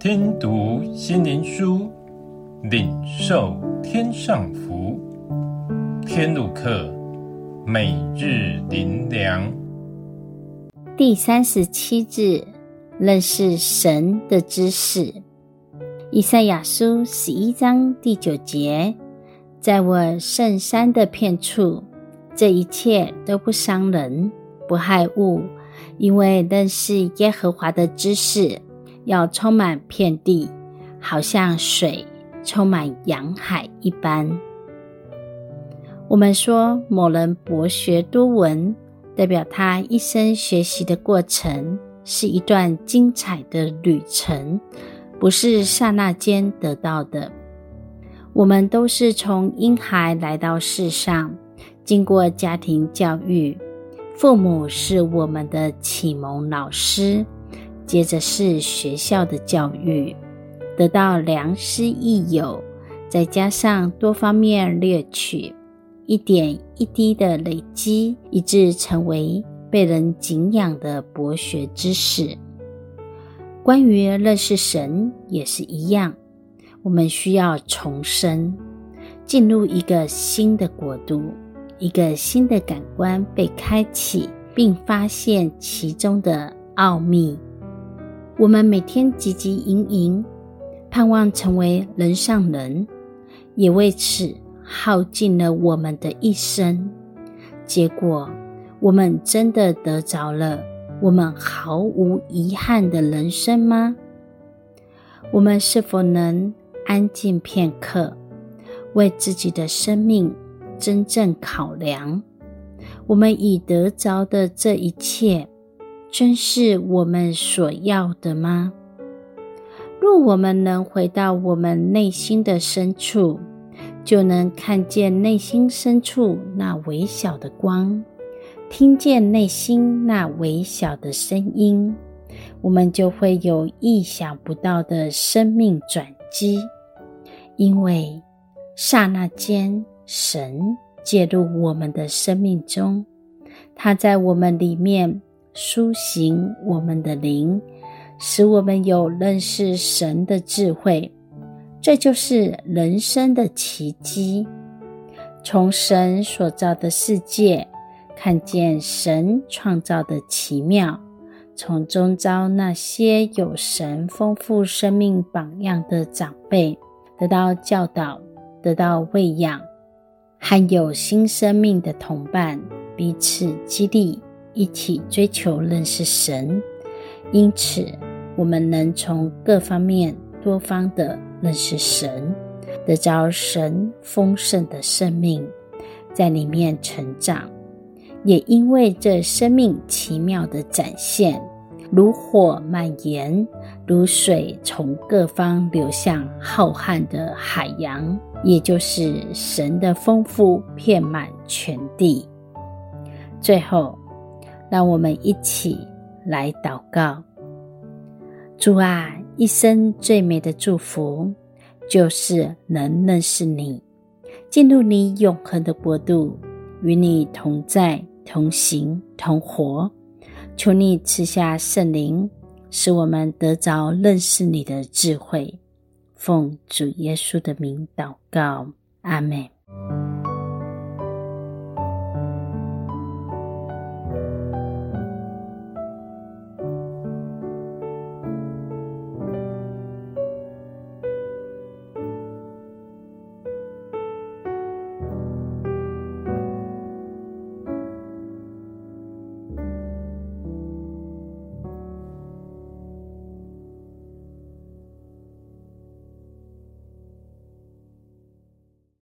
听读心灵书，领受天上福。天路客，每日灵粮。 第37日，认识神的知识。以赛亚书11章第9节，在我圣山的遍处，这一切都不伤人，不害物，因为认识耶和华的知识要充满遍地，好像水充满洋海一般。我们说某人博学多闻，代表他一生学习的过程是一段精彩的旅程，不是刹那间得到的。我们都是从婴孩来到世上，经过家庭教育，父母是我们的启蒙老师，接着是学校的教育，得到良师益友，再加上多方面掠取，一点一滴的累积，以致成为被人敬仰的博学知识。关于认识神也是一样，我们需要重生，进入一个新的国度，一个新的感官被开启，并发现其中的奥秘。我们每天汲汲营营，盼望成为人上人，也为此耗尽了我们的一生。结果，我们真的得着了我们毫无遗憾的人生吗？我们是否能安静片刻，为自己的生命真正考量，我们已得着的这一切，真是我们所要的吗？若我们能回到我们内心的深处，就能看见内心深处那微小的光，听见内心那微小的声音，我们就会有意想不到的生命转机。因为刹那间，神介入我们的生命中，他在我们里面苏醒我们的灵，使我们有认识神的智慧。这就是人生的奇迹。从神所造的世界看见神创造的奇妙，从周遭那些有神丰富生命榜样的长辈得到教导，得到喂养，和有新生命的同伴彼此激励，一起追求认识神。因此我们能从各方面多方的认识神，得着神丰盛的生命，在里面成长。也因为这生命奇妙的展现，如火蔓延，如水从各方流向浩瀚的海洋，也就是神的丰富遍满全地。最后，让我们一起来祷告。主啊，一生最美的祝福就是能认识你，进入你永恒的国度，与你同在，同行，同活。求你赐下圣灵，使我们得着认识你的智慧。奉主耶稣的名祷告，阿们。